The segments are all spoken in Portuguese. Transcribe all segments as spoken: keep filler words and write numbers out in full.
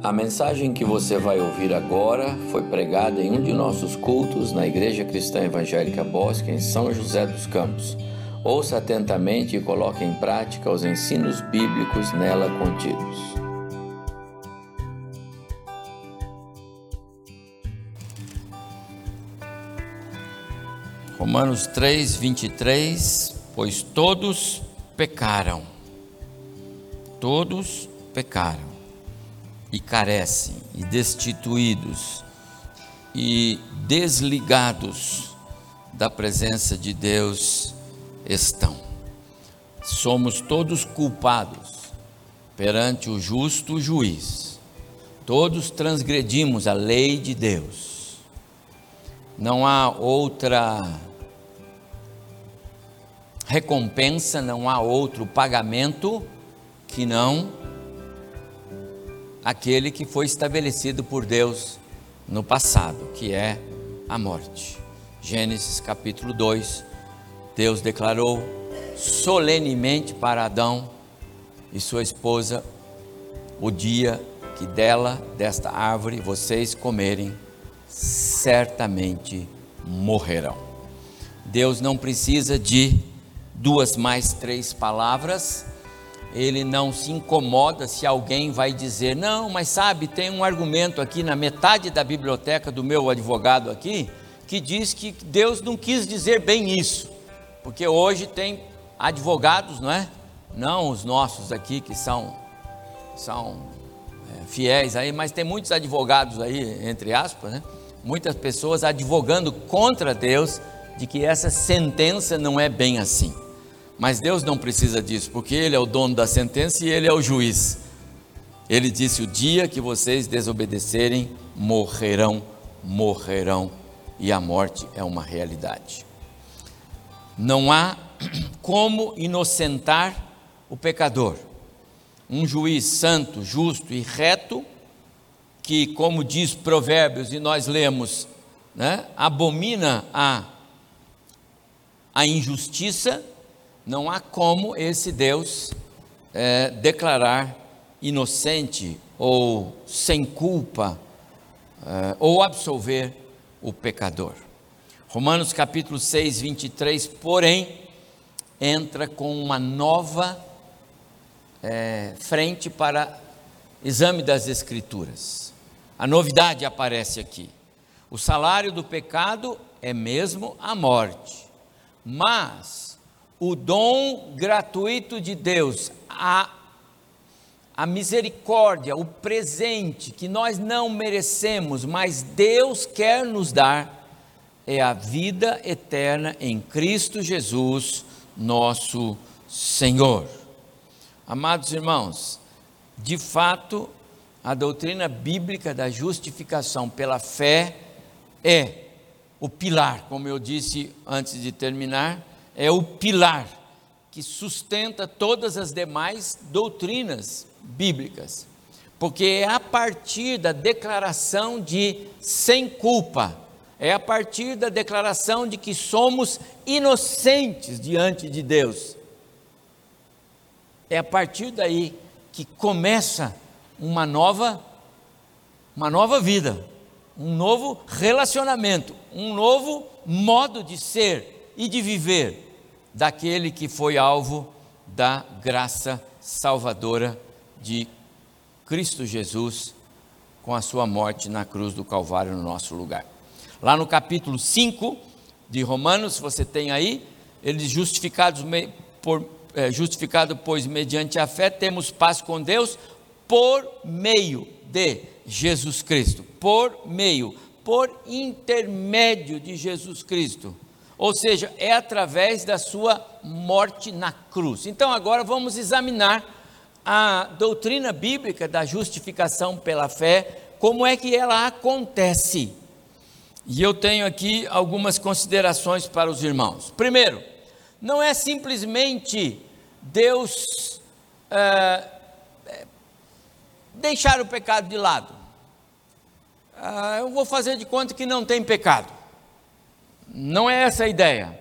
A mensagem que você vai ouvir agora foi pregada em um de nossos cultos na Igreja Cristã Evangélica Bosque, em São José dos Campos. Ouça atentamente e coloque em prática os ensinos bíblicos nela contidos. Romanos três, vinte e três, pois todos pecaram, todos pecaram e carecem, e destituídos e desligados da presença de Deus estão. Somos todos culpados perante o justo juiz, todos transgredimos a lei de Deus. Não há outra recompensa, não há outro pagamento que não aquele que foi estabelecido por Deus no passado, que é a morte. Gênesis capítulo dois, Deus declarou solenemente para Adão e sua esposa: o dia que dela, desta árvore, vocês comerem, certamente morrerão. Deus não precisa de duas mais três palavras. Ele não se incomoda se alguém vai dizer: não, mas sabe, tem um argumento aqui na metade da biblioteca do meu advogado aqui, que diz que Deus não quis dizer bem isso, porque hoje tem advogados, não é? Não os nossos aqui que são, são é, fiéis aí, mas tem muitos advogados aí, entre aspas, né? Muitas pessoas advogando contra Deus, de que essa sentença não é bem assim. Mas Deus não precisa disso, porque Ele é o dono da sentença e Ele é o juiz. Ele disse: o dia que vocês desobedecerem, morrerão, morrerão, e a morte é uma realidade. Não há como inocentar o pecador. Um juiz santo, justo e reto, que, como diz Provérbios, e nós lemos, né, abomina a, a injustiça. Não há como esse Deus é, declarar inocente ou sem culpa é, ou absolver o pecador. Romanos capítulo seis, vinte e três, porém, entra com uma nova é, frente para exame das Escrituras. A novidade aparece aqui. O salário do pecado é mesmo a morte, mas o dom gratuito de Deus, a, a misericórdia, o presente que nós não merecemos, mas Deus quer nos dar, é a vida eterna em Cristo Jesus, nosso Senhor. Amados irmãos, de fato, a doutrina bíblica da justificação pela fé é o pilar, como eu disse antes de terminar, é o pilar que sustenta todas as demais doutrinas bíblicas, porque é a partir da declaração de sem culpa, é a partir da declaração de que somos inocentes diante de Deus, é a partir daí que começa uma nova, uma nova vida, um novo relacionamento, um novo modo de ser e de viver daquele que foi alvo da graça salvadora de Cristo Jesus com a sua morte na cruz do Calvário no nosso lugar. Lá no capítulo cinco de Romanos, você tem aí, eles justificados, por, é, justificado pois mediante a fé, temos paz com Deus por meio de Jesus Cristo, por meio, por intermédio de Jesus Cristo. Ou seja, é através da sua morte na cruz. Então agora vamos examinar a doutrina bíblica da justificação pela fé, como é que ela acontece. E eu tenho aqui algumas considerações para os irmãos. Primeiro, não é simplesmente Deus é, deixar o pecado de lado. Ah, eu vou fazer de conta que não tem pecado. Não é essa a ideia.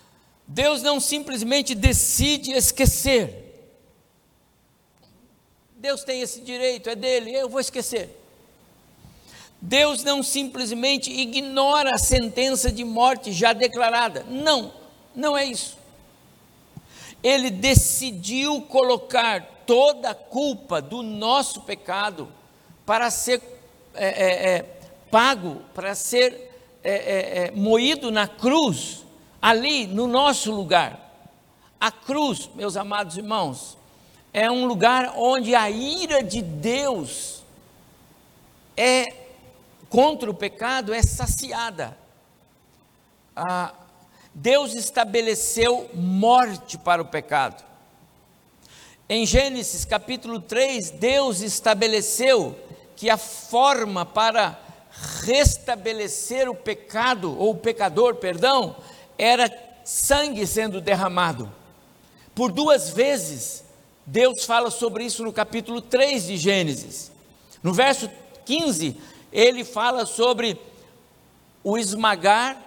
Deus não simplesmente decide esquecer. Deus tem esse direito, é dele, eu vou esquecer. Deus não simplesmente ignora a sentença de morte já declarada. Não, não é isso. Ele decidiu colocar toda a culpa do nosso pecado para ser é, é, é, pago, para ser é, é, é, moído na cruz, ali no nosso lugar. A cruz, meus amados irmãos, é um lugar onde a ira de Deus é contra o pecado é saciada. Ah, Deus estabeleceu morte para o pecado. Em Gênesis capítulo três, Deus estabeleceu que a forma para restabelecer o pecado, ou o pecador, perdão, era sangue sendo derramado. Por duas vezes, Deus fala sobre isso no capítulo três de Gênesis. No verso quinze, ele fala sobre o esmagar,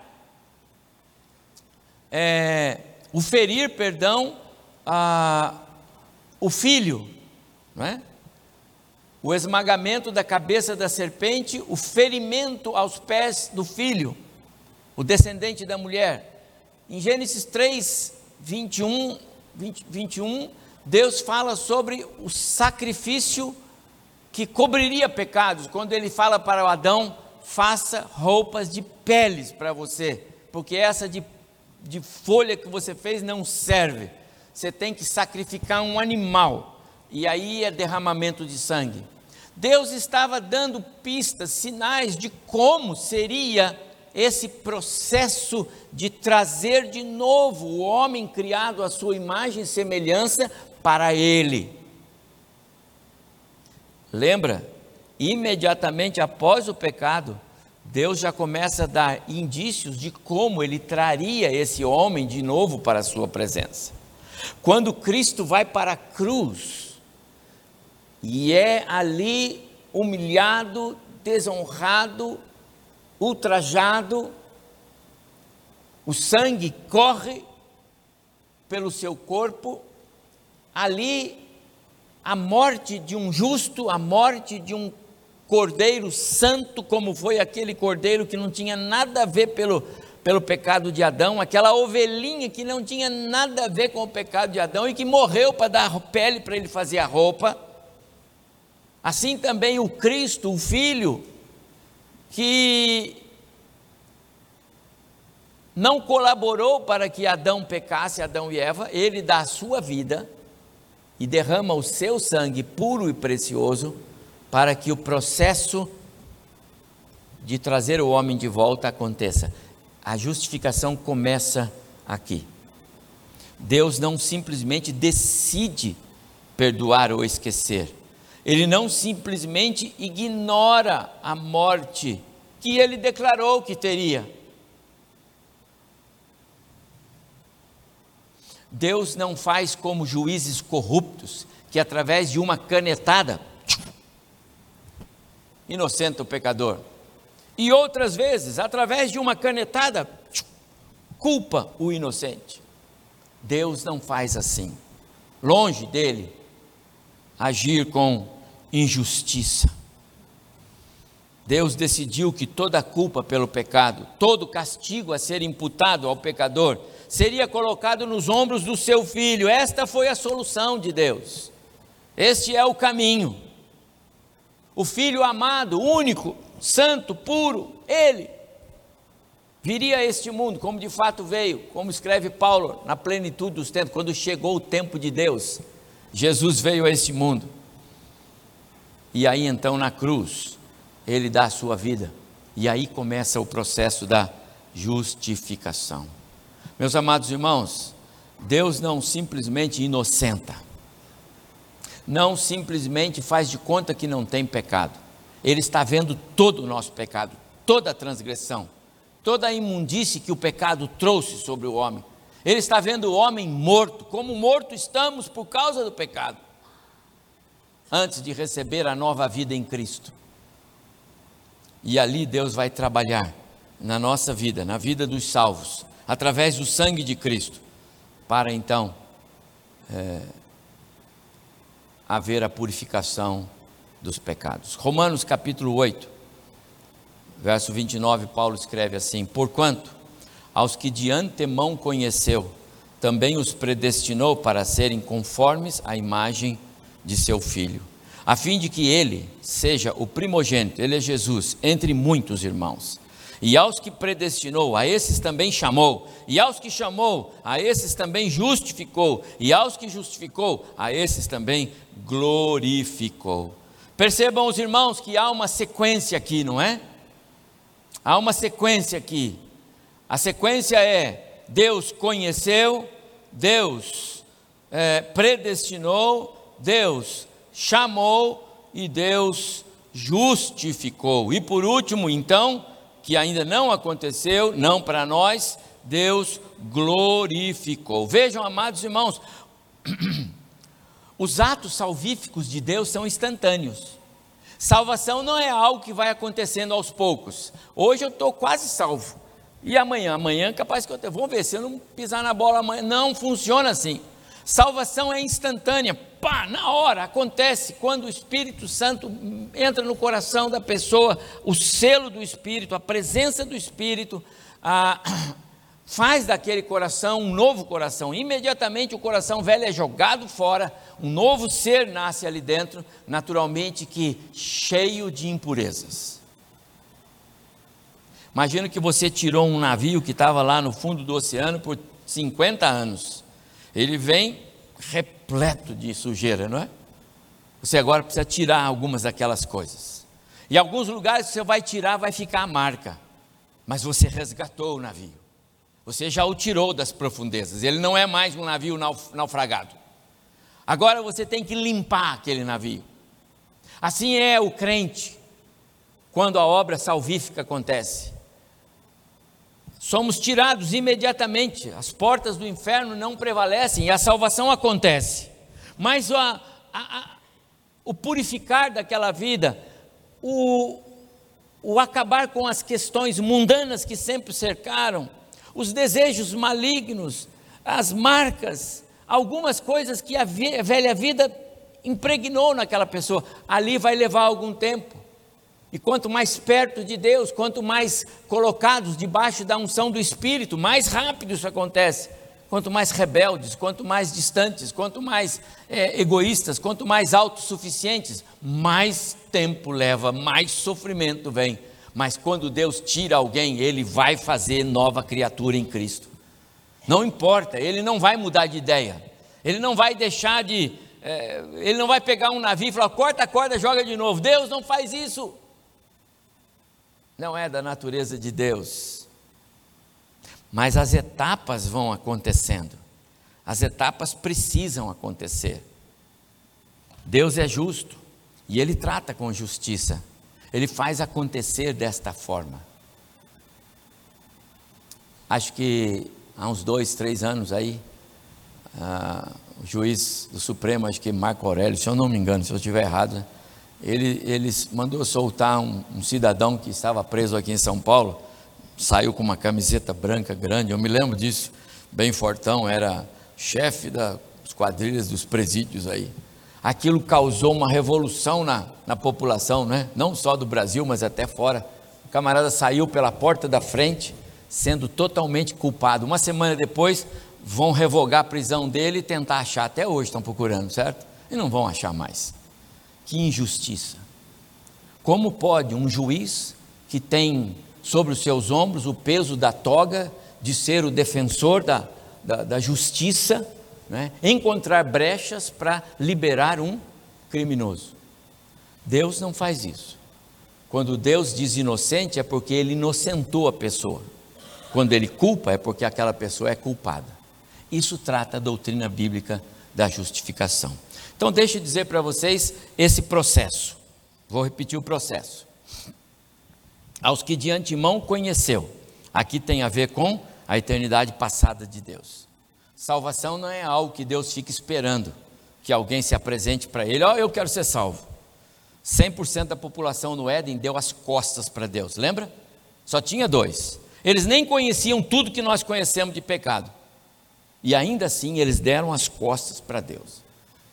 é, o ferir, perdão, a, o filho, não é? O esmagamento da cabeça da serpente, o ferimento aos pés do filho, o descendente da mulher. Em Gênesis três, vinte e um, vinte, vinte e um, Deus fala sobre o sacrifício que cobriria pecados, quando ele fala para o Adão: faça roupas de peles para você, porque essa de, de folha que você fez não serve, você tem que sacrificar um animal, e aí é derramamento de sangue. Deus estava dando pistas, sinais de como seria esse processo de trazer de novo o homem criado à sua imagem e semelhança para ele. Lembra? Imediatamente após o pecado, Deus já começa a dar indícios de como ele traria esse homem de novo para a sua presença. Quando Cristo vai para a cruz, e é ali humilhado, desonrado, ultrajado, o sangue corre pelo seu corpo, ali a morte de um justo, a morte de um cordeiro santo, como foi aquele cordeiro que não tinha nada a ver pelo, pelo pecado de Adão, aquela ovelhinha que não tinha nada a ver com o pecado de Adão e que morreu para dar pele para ele fazer a roupa. Assim também o Cristo, o Filho, que não colaborou para que Adão pecasse, Adão e Eva, ele dá a sua vida e derrama o seu sangue puro e precioso para que o processo de trazer o homem de volta aconteça. A justificação começa aqui. Deus não simplesmente decide perdoar ou esquecer. Ele não simplesmente ignora a morte que ele declarou que teria. Deus não faz como juízes corruptos, que através de uma canetada, inocenta o pecador. E outras vezes, através de uma canetada, culpa o inocente. Deus não faz assim. Longe dele agir com injustiça. Deus decidiu que toda a culpa pelo pecado, todo o castigo a ser imputado ao pecador, seria colocado nos ombros do seu filho. Esta foi a solução de Deus. Este é o caminho. O filho amado, único, santo, puro, ele viria a este mundo, como de fato veio, como escreve Paulo, na plenitude dos tempos, quando chegou o tempo de Deus, Jesus veio a este mundo. E aí então na cruz, ele dá a sua vida, e aí começa o processo da justificação. Meus amados irmãos, Deus não simplesmente inocenta, não simplesmente faz de conta que não tem pecado. Ele está vendo todo o nosso pecado, toda a transgressão, toda a imundície que o pecado trouxe sobre o homem. Ele está vendo o homem morto, como morto estamos por causa do pecado, antes de receber a nova vida em Cristo. E ali Deus vai trabalhar na nossa vida, na vida dos salvos, através do sangue de Cristo, para então é, haver a purificação dos pecados. Romanos capítulo oito, verso vinte e nove, Paulo escreve assim: porquanto aos que de antemão conheceu, também os predestinou para serem conformes à imagem de seu Filho, a fim de que ele seja o primogênito, ele é Jesus, entre muitos irmãos. E aos que predestinou, a esses também chamou, e aos que chamou, a esses também justificou, e aos que justificou, a esses também glorificou. Percebam os irmãos que há uma sequência aqui, não é? Há uma sequência aqui. A sequência é: Deus conheceu, Deus é, predestinou, Deus chamou e Deus justificou. E por último, então, que ainda não aconteceu, não para nós, Deus glorificou. Vejam, amados irmãos, os atos salvíficos de Deus são instantâneos. Salvação não é algo que vai acontecendo aos poucos. Hoje eu estou quase salvo, e amanhã, amanhã capaz que eu te... vamos ver se eu não pisar na bola amanhã. Não funciona assim. Salvação é instantânea, pá, na hora, acontece quando o Espírito Santo entra no coração da pessoa, o selo do Espírito, a presença do Espírito, a, faz daquele coração um novo coração. Imediatamente o coração velho é jogado fora, um novo ser nasce ali dentro, naturalmente que cheio de impurezas. Imagina que você tirou um navio que estava lá no fundo do oceano por cinquenta anos, ele vem repleto de sujeira, não é? Você agora precisa tirar algumas daquelas coisas, e alguns lugares que você vai tirar vai ficar a marca, mas você resgatou o navio, você já o tirou das profundezas, ele não é mais um navio naufragado, agora você tem que limpar aquele navio. Assim é o crente, quando a obra salvífica acontece, somos tirados imediatamente, as portas do inferno não prevalecem e a salvação acontece, mas a, a, a, o purificar daquela vida, o, o acabar com as questões mundanas que sempre cercaram, os desejos malignos, as marcas, algumas coisas que a, vi, a velha vida impregnou naquela pessoa, ali vai levar algum tempo. E quanto mais perto de Deus, quanto mais colocados debaixo da unção do Espírito, mais rápido isso acontece. Quanto mais rebeldes, quanto mais distantes, quanto mais é, egoístas, quanto mais autossuficientes, mais tempo leva, mais sofrimento vem. Mas quando Deus tira alguém, Ele vai fazer nova criatura em Cristo. Não importa, Ele não vai mudar de ideia, Ele não vai deixar de, é, Ele não vai pegar um navio e falar, corta a corda, joga de novo. Deus não faz isso. Não é da natureza de Deus, mas as etapas vão acontecendo, as etapas precisam acontecer. Deus é justo e Ele trata com justiça, Ele faz acontecer desta forma. Acho que há uns dois, três anos aí, ah, o juiz do Supremo, acho que Marco Aurélio, se eu não me engano, se eu estiver errado, né? Ele, ele mandou soltar um, um cidadão que estava preso aqui em São Paulo, saiu com uma camiseta branca grande, eu me lembro disso, bem fortão, era chefe das quadrilhas dos presídios aí. Aquilo causou uma revolução na, na população, né? Não só do Brasil, mas até fora. O camarada saiu pela porta da frente, sendo totalmente culpado. Uma semana depois, vão revogar a prisão dele e tentar achar, até hoje estão procurando, certo? E não vão achar mais. Que injustiça! Como pode um juiz que tem sobre os seus ombros o peso da toga de ser o defensor da, da, da justiça, né, encontrar brechas para liberar um criminoso? Deus não faz isso. Quando Deus diz inocente é porque Ele inocentou a pessoa. Quando Ele culpa é porque aquela pessoa é culpada. Isso trata a doutrina bíblica da justificação. Então deixa eu dizer para vocês esse processo, vou repetir o processo. Aos que de antemão conheceu, aqui tem a ver com a eternidade passada de Deus. Salvação não é algo que Deus fica esperando, que alguém se apresente para Ele, ó, oh, eu quero ser salvo. cem por cento da população no Éden deu as costas para Deus, lembra? Só tinha dois, eles nem conheciam tudo que nós conhecemos de pecado, e ainda assim eles deram as costas para Deus.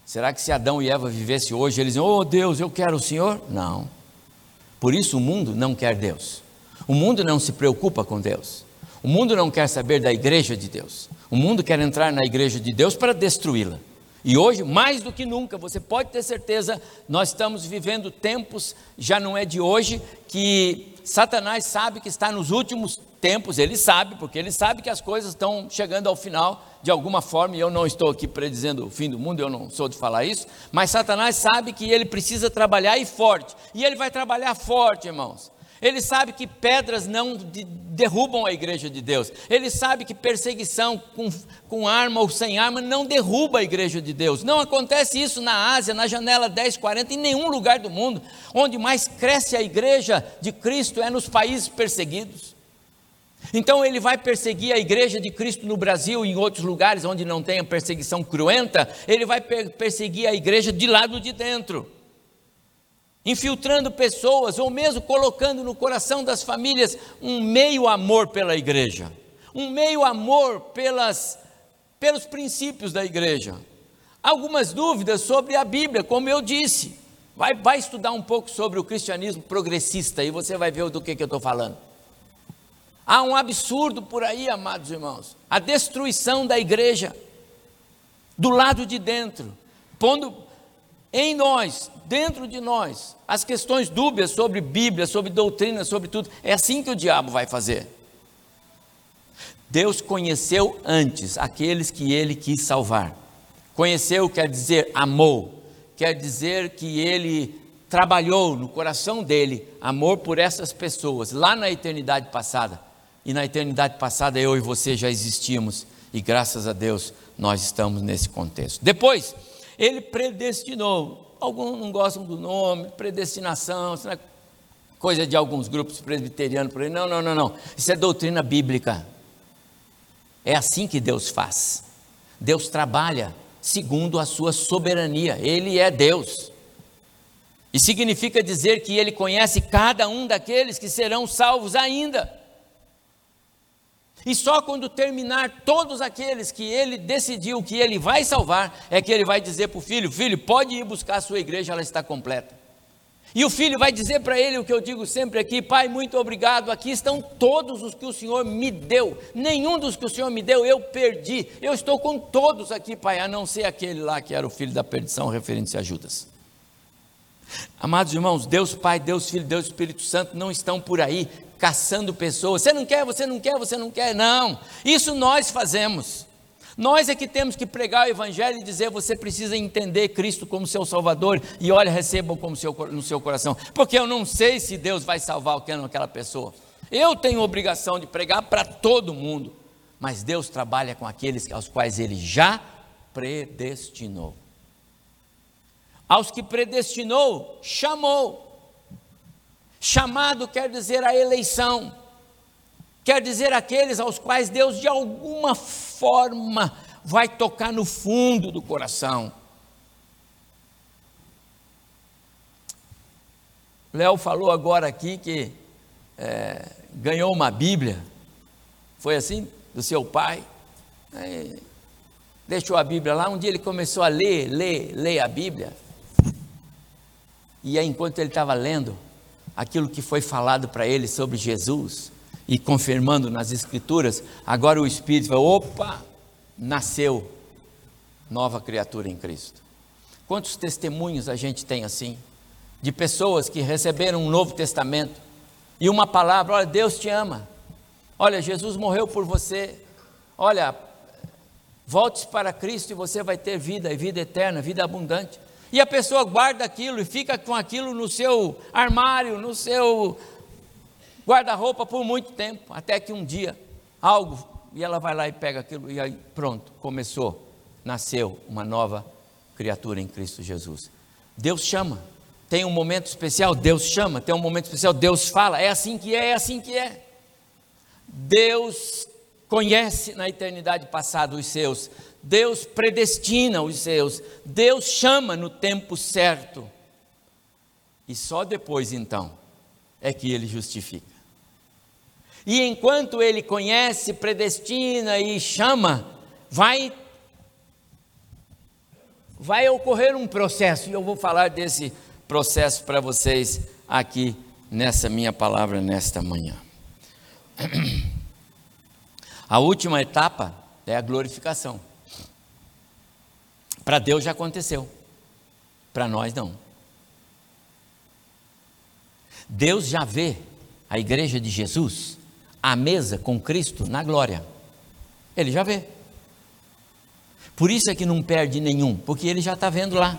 Será que se Adão e Eva vivessem hoje, eles diziam, oh Deus, eu quero o Senhor? Não. Por isso o mundo não quer Deus. O mundo não se preocupa com Deus. O mundo não quer saber da igreja de Deus. O mundo quer entrar na igreja de Deus para destruí-la. E hoje, mais do que nunca, você pode ter certeza, nós estamos vivendo tempos, já não é de hoje, que Satanás sabe que está nos últimos tempos, ele sabe, porque ele sabe que as coisas estão chegando ao final de alguma forma, e eu não estou aqui predizendo o fim do mundo, eu não sou de falar isso, mas Satanás sabe que ele precisa trabalhar e forte, e ele vai trabalhar forte, irmãos. Ele sabe que pedras não de, derrubam a igreja de Deus. Ele sabe que perseguição com, com arma ou sem arma não derruba a igreja de Deus. Não acontece isso na Ásia, na janela dez quarenta, em nenhum lugar do mundo. Onde mais cresce a igreja de Cristo é nos países perseguidos. Então ele vai perseguir a igreja de Cristo no Brasil e em outros lugares onde não tenha perseguição cruenta. Ele vai per- perseguir a igreja de lado de dentro, infiltrando pessoas, ou mesmo colocando no coração das famílias um meio amor pela igreja, um meio amor pelas, pelos princípios da igreja. Algumas dúvidas sobre a Bíblia, como eu disse, vai, vai estudar um pouco sobre o cristianismo progressista, e você vai ver do que, que eu estou falando. Há um absurdo por aí, amados irmãos, a destruição da igreja, do lado de dentro, pondo em nós, dentro de nós, as questões dúbias sobre Bíblia, sobre doutrina, sobre tudo. É assim que o diabo vai fazer. Deus conheceu antes aqueles que ele quis salvar. Conheceu quer dizer amou, quer dizer que ele trabalhou no coração dele amor por essas pessoas lá na eternidade passada. E na eternidade passada eu e você já existíamos, e graças a Deus nós estamos nesse contexto. Depois ele predestinou. Alguns não gostam do nome, predestinação, isso não é coisa de alguns grupos presbiterianos por aí. Não, não, não, não. Isso é doutrina bíblica. É assim que Deus faz. Deus trabalha segundo a sua soberania. Ele é Deus. E significa dizer que Ele conhece cada um daqueles que serão salvos ainda. E só quando terminar todos aqueles que ele decidiu que ele vai salvar, é que ele vai dizer para o filho, filho, pode ir buscar a sua igreja, ela está completa. E o filho vai dizer para ele o que eu digo sempre aqui, pai, muito obrigado, aqui estão todos os que o Senhor me deu, nenhum dos que o Senhor me deu eu perdi, eu estou com todos aqui, pai, a não ser aquele lá que era o filho da perdição, referente a Judas. Amados irmãos, Deus Pai, Deus Filho, Deus Espírito Santo não estão por aí caçando pessoas, você não quer, você não quer, você não quer, não, isso nós fazemos, nós é que temos que pregar o Evangelho e dizer, você precisa entender Cristo como seu Salvador, e olha, receba como seu, no seu coração, porque eu não sei se Deus vai salvar aquela pessoa, eu tenho obrigação de pregar para todo mundo, mas Deus trabalha com aqueles aos quais Ele já predestinou. Aos que predestinou, chamou. Chamado quer dizer a eleição, quer dizer aqueles aos quais Deus de alguma forma vai tocar no fundo do coração. Léo falou agora aqui que é, ganhou uma Bíblia, foi assim, do seu pai, aí, deixou a Bíblia lá, um dia ele começou a ler, ler, ler a Bíblia, e aí enquanto ele estava lendo, aquilo que foi falado para ele sobre Jesus, e confirmando nas Escrituras, agora o Espírito falou, opa, nasceu nova criatura em Cristo. Quantos testemunhos a gente tem assim, de pessoas que receberam um Novo Testamento, e uma palavra, olha, Deus te ama, olha, Jesus morreu por você, olha, volte para Cristo e você vai ter vida, e vida eterna, vida abundante. E a pessoa guarda aquilo e fica com aquilo no seu armário, no seu guarda-roupa por muito tempo, até que um dia, algo, e ela vai lá e pega aquilo, e aí pronto, começou, nasceu uma nova criatura em Cristo Jesus. Deus chama, tem um momento especial, Deus chama, tem um momento especial, Deus fala, é assim que é, é assim que é. Deus conhece na eternidade passada os seus, Deus predestina os seus, Deus chama no tempo certo, e só depois então é que Ele justifica. E enquanto Ele conhece, predestina e chama, vai, vai ocorrer um processo, e eu vou falar desse processo para vocês aqui nessa minha palavra nesta manhã. A última etapa é a glorificação. Para Deus já aconteceu, para nós não. Deus já vê a igreja de Jesus à mesa com Cristo na glória. Ele já vê. Por isso é que não perde nenhum, porque ele já está vendo lá.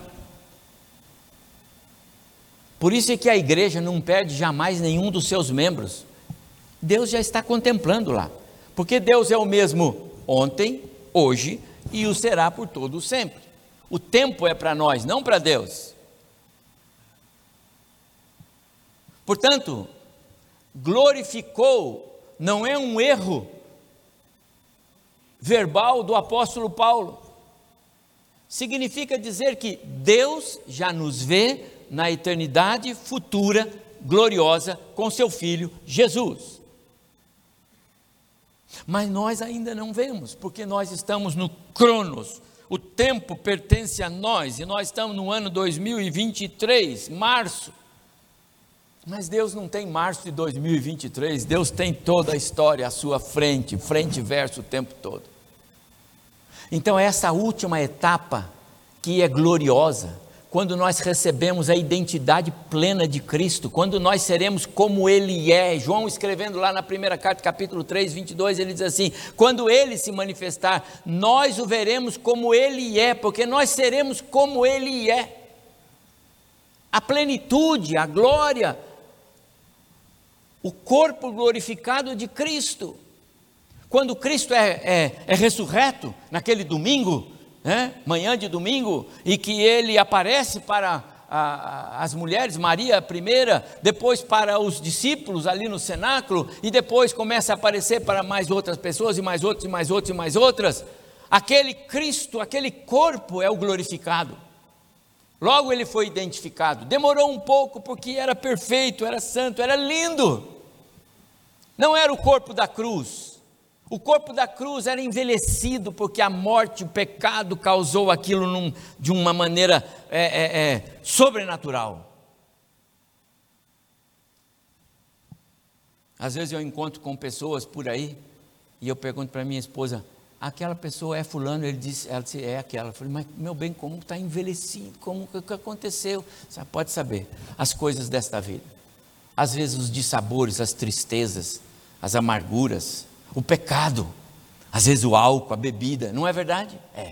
Por isso é que a igreja não perde jamais nenhum dos seus membros. Deus já está contemplando lá, porque Deus é o mesmo ontem, hoje e o será por todo sempre. O tempo é para nós, não para Deus. Portanto, glorificou não é um erro verbal do apóstolo Paulo. Significa dizer que Deus já nos vê na eternidade futura, gloriosa, com seu Filho Jesus. Mas nós ainda não vemos, porque nós estamos no Cronos, o tempo pertence a nós, e nós estamos no ano dois mil e vinte e três, março. Mas Deus não tem março de dois mil e vinte e três, Deus tem toda a história à sua frente, frente e verso o tempo todo. Então essa última etapa, que é gloriosa, quando nós recebemos a identidade plena de Cristo, quando nós seremos como Ele é. João escrevendo lá na primeira carta, capítulo três, vinte e dois, ele diz assim: quando Ele se manifestar, nós o veremos como Ele é, porque nós seremos como Ele é. A plenitude, a glória, o corpo glorificado de Cristo. Quando Cristo é, é, é ressurreto, naquele domingo, né, manhã de domingo, e que Ele aparece para a, a, as mulheres, Maria a primeira, depois para os discípulos ali no cenáculo, e depois começa a aparecer para mais outras pessoas, e mais outros, e mais outros, e mais outras. Aquele Cristo, aquele corpo é o glorificado. Logo Ele foi identificado. Demorou um pouco, porque era perfeito, era santo, era lindo. Não era o corpo da cruz. O corpo da cruz era envelhecido, porque a morte, o pecado causou aquilo num, de uma maneira é, é, é, sobrenatural. Às vezes eu encontro com pessoas por aí, e eu pergunto para minha esposa: aquela pessoa é fulano? Ele disse, ela disse, é aquela. Eu falei: mas meu bem, como está envelhecido? Como que aconteceu? Você pode saber as coisas desta vida. Às vezes os dissabores, as tristezas, as amarguras, o pecado, às vezes o álcool, a bebida, não é verdade? É.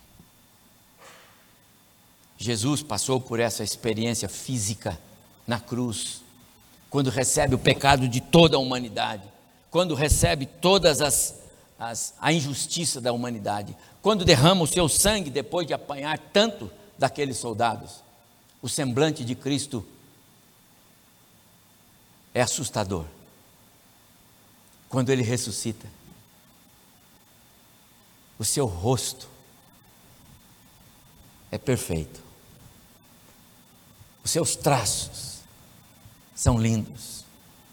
Jesus passou por essa experiência física na cruz, quando recebe o pecado de toda a humanidade, quando recebe todas as, as a injustiça da humanidade, quando derrama o seu sangue depois de apanhar tanto daqueles soldados. O semblante de Cristo é assustador. Quando Ele ressuscita, o seu rosto é perfeito, os seus traços são lindos.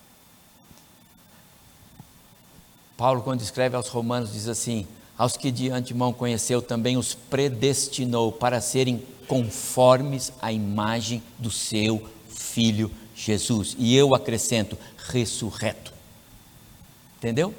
Paulo, quando escreve aos Romanos, diz assim: aos que de antemão conheceu, também os predestinou para serem conformes à imagem do seu Filho Jesus. E eu acrescento, ressurreto. Entendeu?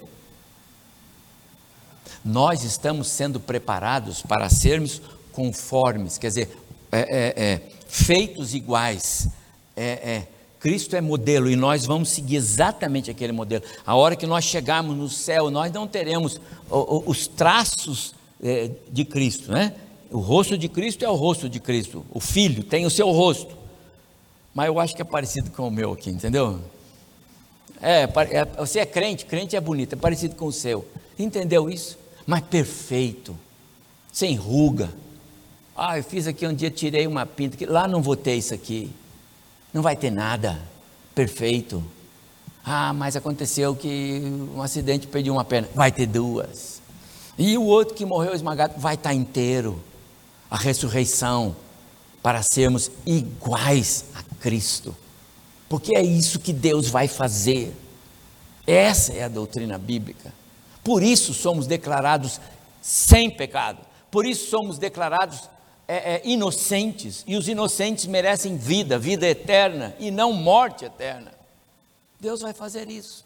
Nós estamos sendo preparados para sermos conformes, quer dizer, é, é, é, feitos iguais. É, é, Cristo é modelo e nós vamos seguir exatamente aquele modelo. A hora que nós chegarmos no céu, nós não teremos o, o, os traços é, de Cristo, né? O rosto de Cristo é o rosto de Cristo. O Filho tem o seu rosto, mas eu acho que é parecido com o meu aqui, entendeu? É, é, você é crente, crente é bonito, é parecido com o seu, entendeu isso? Mas perfeito, sem ruga. Ah, eu fiz aqui um dia, tirei uma pinta, que lá não vou ter isso aqui, não vai ter nada, perfeito. Ah, mas aconteceu que um acidente, perdeu uma perna, vai ter duas. E o outro que morreu esmagado, vai estar inteiro. A ressurreição, para sermos iguais a Cristo. Porque é isso que Deus vai fazer. Essa é a doutrina bíblica. Por isso somos declarados sem pecado. Por isso somos declarados é, é, inocentes, e os inocentes merecem vida, vida eterna, e não morte eterna. Deus vai fazer isso.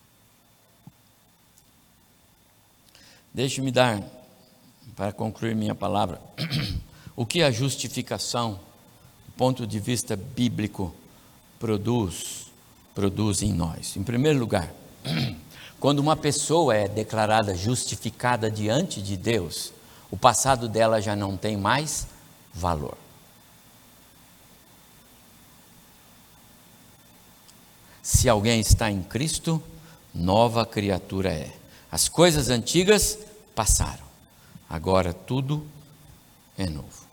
Deixe-me dar, para concluir minha palavra, o que a justificação, do ponto de vista bíblico, produz, produz em nós. Em primeiro lugar, quando uma pessoa é declarada justificada diante de Deus, o passado dela já não tem mais valor. Se alguém está em Cristo, nova criatura é. As coisas antigas passaram, agora tudo é novo.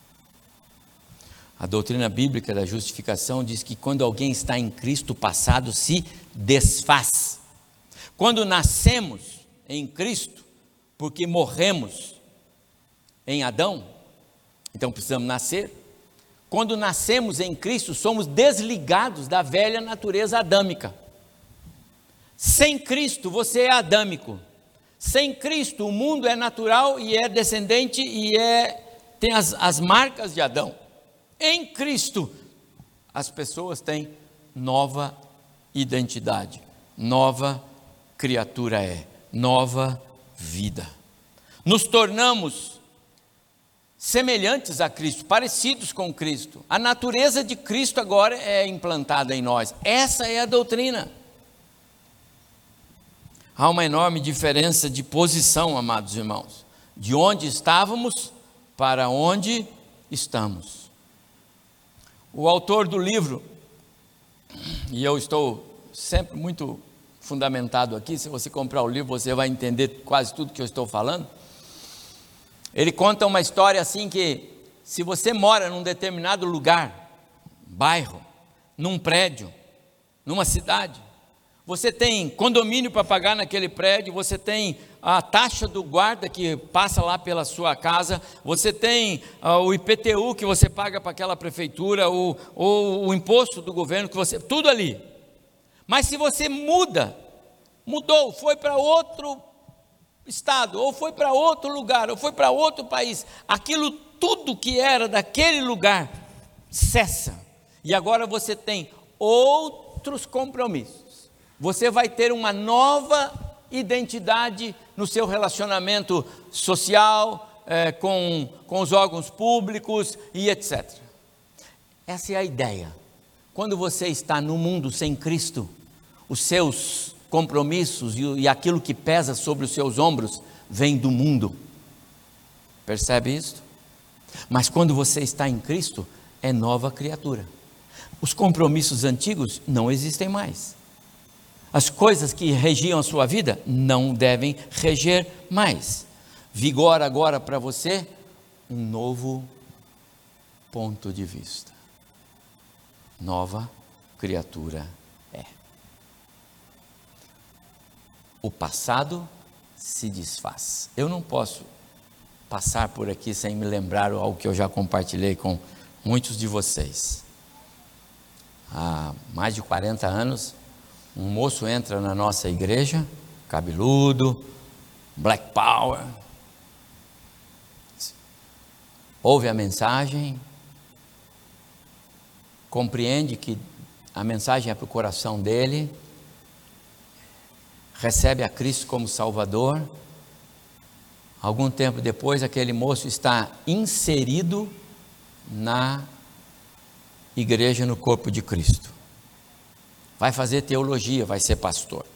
A doutrina bíblica da justificação diz que quando alguém está em Cristo, o passado se desfaz. Quando nascemos em Cristo, porque morremos em Adão, então precisamos nascer. Quando nascemos em Cristo, somos desligados da velha natureza adâmica. Sem Cristo, você é adâmico. Sem Cristo, o mundo é natural e é descendente e é, tem as, as marcas de Adão. Em Cristo, as pessoas têm nova identidade, nova criatura é, nova vida. Nos tornamos semelhantes a Cristo, parecidos com Cristo. A natureza de Cristo agora é implantada em nós. Essa é a doutrina. Há uma enorme diferença de posição, amados irmãos, de onde estávamos para onde estamos. O autor do livro, e eu estou sempre muito fundamentado aqui, se você comprar o livro você vai entender quase tudo que eu estou falando. Ele conta uma história assim que, se você mora num determinado lugar, bairro, num prédio, numa cidade, você tem condomínio para pagar naquele prédio, você tem a taxa do guarda que passa lá pela sua casa, você tem uh, o I P T U que você paga para aquela prefeitura, ou, ou o imposto do governo, que você, tudo ali. Mas se você muda, mudou, foi para outro estado, ou foi para outro lugar, ou foi para outro país, aquilo tudo que era daquele lugar cessa, e agora você tem outros compromissos. Você vai ter uma nova identidade no seu relacionamento social, é, com, com os órgãos públicos e etcétera. Essa é a ideia. Quando você está no mundo sem Cristo, os seus compromissos e, e aquilo que pesa sobre os seus ombros vem do mundo. Percebe isso? Mas quando você está em Cristo, é nova criatura. Os compromissos antigos não existem mais. As coisas que regiam a sua vida não devem reger mais. Vigora agora para você um novo ponto de vista. Nova criatura é. O passado se desfaz. Eu não posso passar por aqui sem me lembrar algo que eu já compartilhei com muitos de vocês. Há mais de quarenta anos, um moço entra na nossa igreja, cabeludo, Black Power, ouve a mensagem, compreende que a mensagem é para o coração dele, recebe a Cristo como Salvador. Algum tempo depois, aquele moço está inserido na igreja, no corpo de Cristo. Vai fazer teologia, vai ser pastor.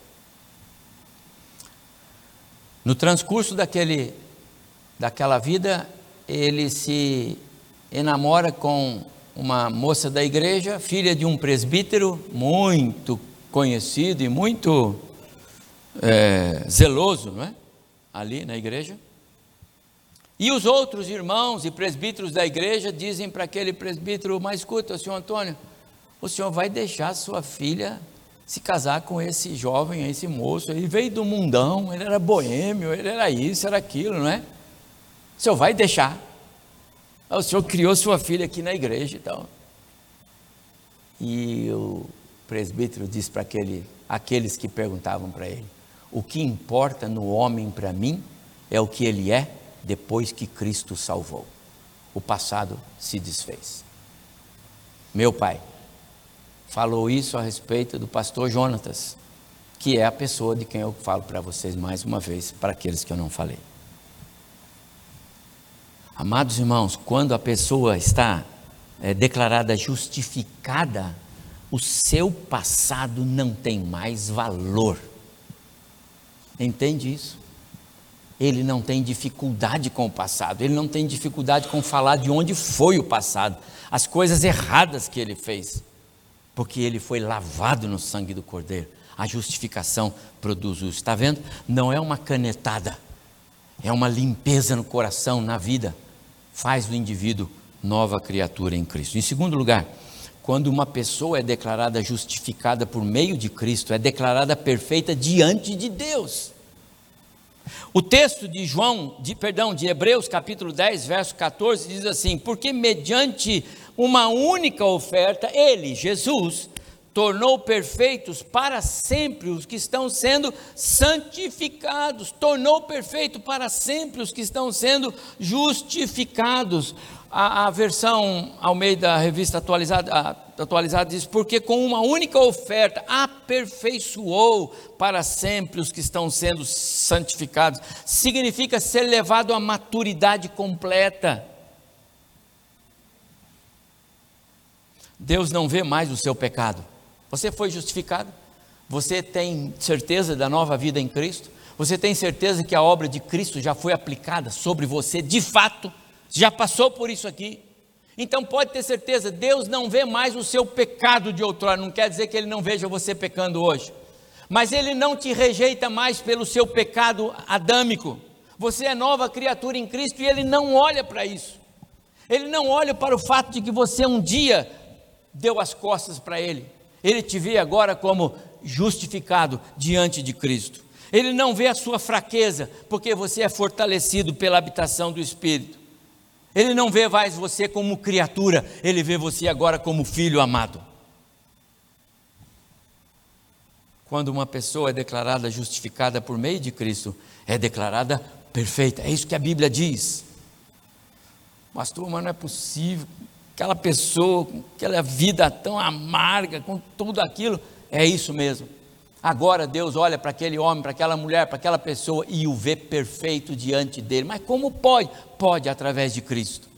No transcurso daquele, daquela vida, ele se enamora com uma moça da igreja, filha de um presbítero muito conhecido e muito é, zeloso, não é? Ali na igreja. E os outros irmãos e presbíteros da igreja dizem para aquele presbítero: mas escuta, senhor Antônio, o senhor vai deixar sua filha se casar com esse jovem, esse moço, ele veio do mundão, ele era boêmio, ele era isso, era aquilo, não é? O senhor vai deixar? O senhor criou sua filha aqui na igreja e tal. E o presbítero disse para aquele, aqueles que perguntavam para ele: o que importa no homem para mim é o que ele é depois que Cristo salvou. o passado se desfez. Meu pai falou isso a respeito do pastor Jonatas, que é a pessoa de quem eu falo para vocês mais uma vez, para aqueles que eu não falei. Amados irmãos, quando a pessoa está é, declarada justificada, o seu passado não tem mais valor. Entende isso? Ele não tem dificuldade com o passado, ele não tem dificuldade com falar de onde foi o passado, as coisas erradas que ele fez, porque ele foi lavado no sangue do Cordeiro. A justificação produz isso, está vendo? Não é uma canetada, é uma limpeza no coração, na vida, faz do indivíduo nova criatura em Cristo. Em segundo lugar, quando uma pessoa é declarada justificada por meio de Cristo, é declarada perfeita diante de Deus. O texto de João, de, perdão, de Hebreus capítulo dez, verso catorze, diz assim: porque mediante uma única oferta, ele, Jesus, tornou perfeitos para sempre os que estão sendo santificados, tornou perfeito para sempre os que estão sendo justificados. A, a versão Almeida, a revista atualizada, a, atualizada diz, porque com uma única oferta aperfeiçoou para sempre os que estão sendo santificados. Significa ser levado à maturidade completa. Deus não vê mais o seu pecado. Você foi justificado, você tem certeza da nova vida em Cristo, você tem certeza que a obra de Cristo já foi aplicada sobre você de fato, já passou por isso aqui. Então pode ter certeza, Deus não vê mais o seu pecado de outrora. Não quer dizer que Ele não veja você pecando hoje, mas Ele não te rejeita mais pelo seu pecado adâmico. Você é nova criatura em Cristo e Ele não olha para isso. Ele não olha para o fato de que você um dia deu as costas para Ele. Ele te vê agora como justificado diante de Cristo. Ele não vê a sua fraqueza, porque você é fortalecido pela habitação do Espírito. Ele não vê mais você como criatura, Ele vê você agora como filho amado. Quando uma pessoa é declarada justificada por meio de Cristo, é declarada perfeita. É isso que a Bíblia diz. Pastor, mas não é possível. Aquela pessoa, com aquela vida tão amarga, com tudo aquilo, é isso mesmo. Agora Deus olha para aquele homem, para aquela mulher, para aquela pessoa e o vê perfeito diante dele. Mas como pode? Pode através de Cristo.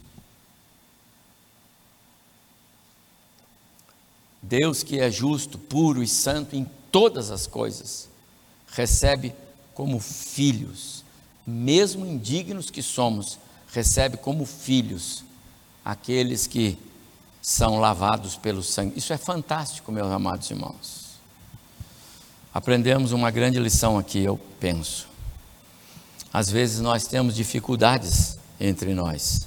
Deus, que é justo, puro e santo em todas as coisas, recebe como filhos, mesmo indignos que somos, recebe como filhos aqueles que são lavados pelo sangue. Isso é fantástico, meus amados irmãos. Aprendemos uma grande lição aqui, eu penso. Às vezes nós temos dificuldades entre nós.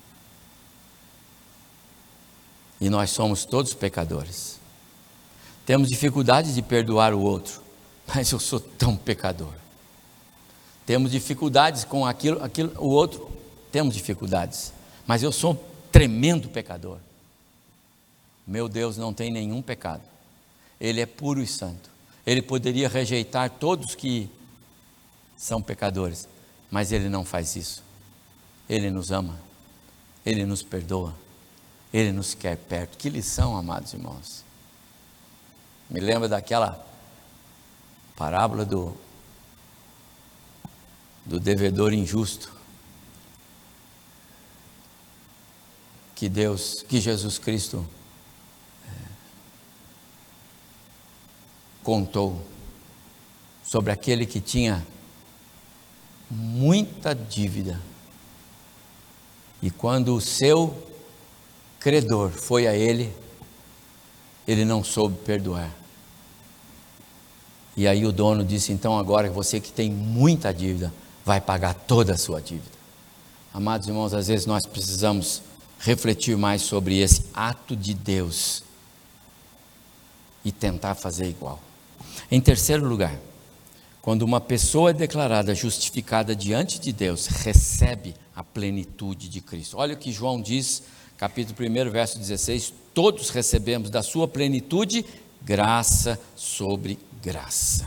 E nós somos todos pecadores. Temos dificuldades de perdoar o outro, mas eu sou tão pecador. Temos dificuldades com aquilo, aquilo, o outro, temos dificuldades, mas eu sou tremendo pecador. Meu Deus não tem nenhum pecado, Ele é puro e santo. Ele poderia rejeitar todos que são pecadores, mas Ele não faz isso. Ele nos ama, Ele nos perdoa, Ele nos quer perto. Que lição, amados irmãos. Me lembra daquela parábola do, do devedor injusto, que Deus, que Jesus Cristo é, contou sobre aquele que tinha muita dívida, e quando o seu credor foi a ele, ele não soube perdoar. E aí o dono disse: então agora você que tem muita dívida, vai pagar toda a sua dívida. Amados irmãos, às vezes nós precisamos refletir mais sobre esse ato de Deus e tentar fazer igual. Em terceiro lugar, quando uma pessoa é declarada justificada diante de Deus, recebe a plenitude de Cristo. Olha o que João diz, capítulo primeiro, verso dezesseis: todos recebemos da sua plenitude graça sobre graça.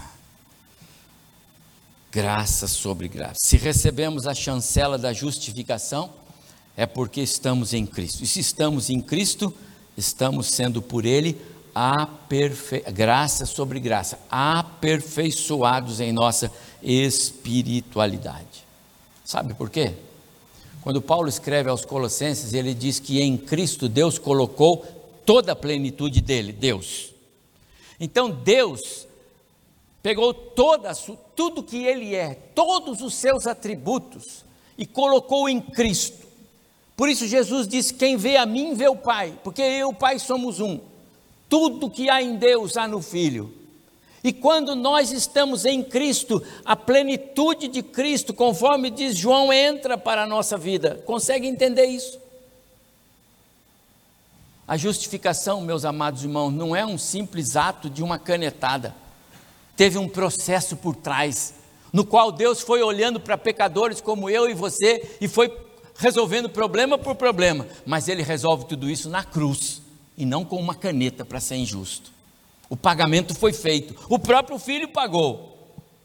Graça sobre graça. Se recebemos a chancela da justificação, é porque estamos em Cristo. E se estamos em Cristo, estamos sendo por Ele aperfei... graça sobre graça, aperfeiçoados em nossa espiritualidade. Sabe por quê? Quando Paulo escreve aos Colossenses, ele diz que em Cristo Deus colocou toda a plenitude dele, Deus. Então Deus pegou toda a su... tudo que Ele é, todos os seus atributos, e colocou em Cristo. Por isso Jesus disse: quem vê a mim vê o Pai, porque eu e o Pai somos um. Tudo que há em Deus há no Filho. E quando nós estamos em Cristo, a plenitude de Cristo, conforme diz João, entra para a nossa vida. Consegue entender isso? A justificação, meus amados irmãos, não é um simples ato de uma canetada. Teve um processo por trás, no qual Deus foi olhando para pecadores como eu e você, e foi resolvendo problema por problema, mas Ele resolve tudo isso na cruz, e não com uma caneta para ser injusto. O pagamento foi feito, o próprio Filho pagou.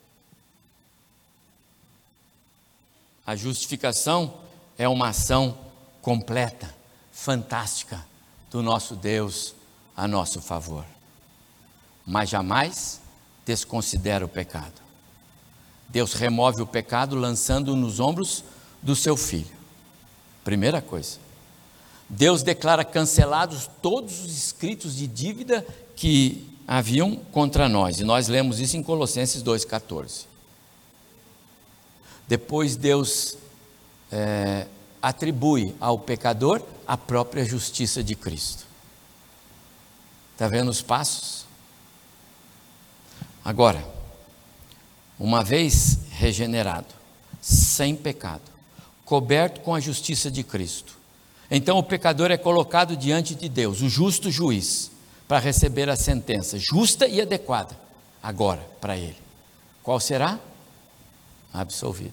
A justificação é uma ação completa, fantástica, do nosso Deus a nosso favor, mas jamais desconsidera o pecado. Deus remove o pecado lançando-o nos ombros do seu Filho. Primeira coisa. Deus declara cancelados todos os escritos de dívida que haviam contra nós, e nós lemos isso em Colossenses dois, catorze. Depois Deus é, atribui ao pecador a própria justiça de Cristo. Está vendo os passos? Agora, uma vez regenerado, sem pecado, coberto com a justiça de Cristo, então o pecador é colocado diante de Deus, o justo juiz, para receber a sentença justa e adequada, agora, para ele. Qual será? Absolvido.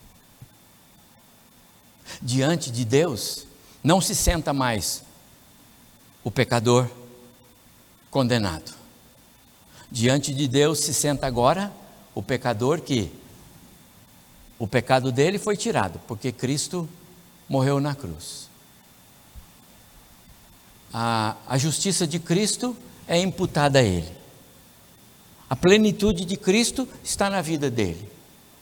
Diante de Deus, não se senta mais o pecador condenado. Diante de Deus se senta agora o pecador que o pecado dele foi tirado, porque Cristo morreu na cruz. A, a justiça de Cristo é imputada a ele. A plenitude de Cristo está na vida dele.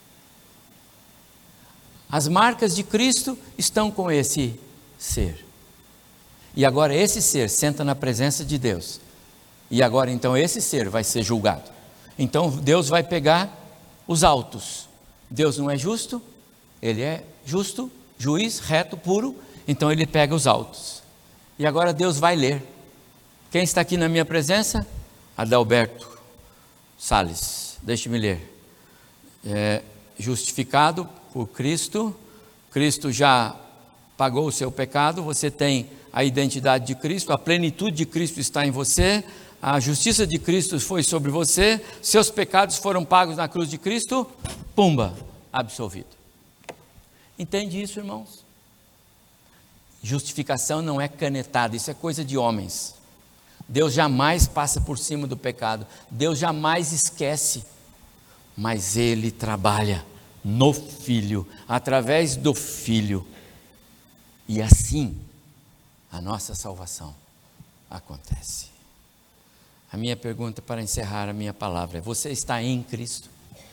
As marcas de Cristo estão com esse ser. E agora esse ser senta na presença de Deus. E agora então esse ser vai ser julgado. Então Deus vai pegar os autos. Deus não é justo, Ele é justo, juiz, reto, puro, então Ele pega os autos. E agora Deus vai ler. Quem está aqui na minha presença? Adalberto Salles, deixe-me ler. É, justificado por Cristo, Cristo já pagou o seu pecado, você tem a identidade de Cristo, a plenitude de Cristo está em você, a justiça de Cristo foi sobre você, seus pecados foram pagos na cruz de Cristo, pumba, absolvido. Entende isso, irmãos? Justificação não é canetada, isso é coisa de homens. Deus jamais passa por cima do pecado, Deus jamais esquece, mas Ele trabalha no Filho, através do Filho, e assim a nossa salvação acontece. A minha pergunta para encerrar a minha palavra é: você está em Cristo?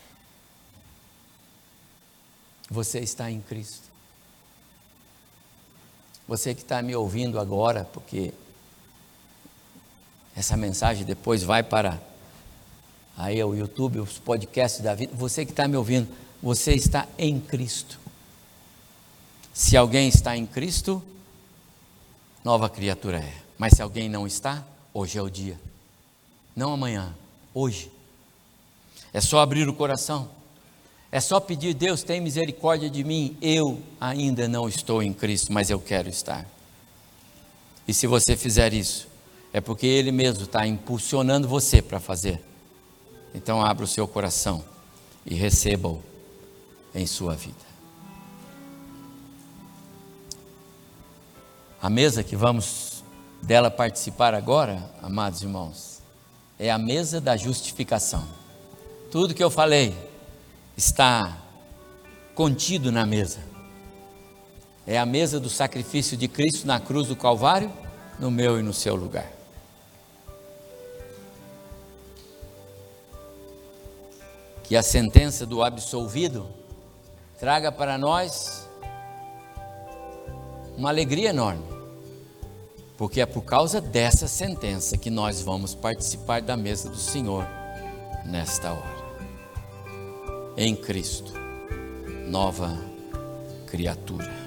Você está em Cristo? Você que está me ouvindo agora, porque essa mensagem depois vai para aí o YouTube, os podcasts da vida, você que está me ouvindo, você está em Cristo. Se alguém está em Cristo, nova criatura é. Mas se alguém não está, hoje é o dia. Não amanhã, hoje. É só abrir o coração. É só pedir: Deus, tem misericórdia de mim, eu ainda não estou em Cristo, mas eu quero estar. E se você fizer isso, é porque Ele mesmo está impulsionando você para fazer. Então abra o seu coração e receba-o em sua vida. A mesa que vamos dela participar agora, amados irmãos, é a mesa da justificação. Tudo que eu falei está contido na mesa. É a mesa do sacrifício de Cristo na cruz do Calvário, no meu e no seu lugar. Que a sentença do absolvido traga para nós uma alegria enorme, porque é por causa dessa sentença que nós vamos participar da mesa do Senhor nesta hora. Em Cristo, nova criatura.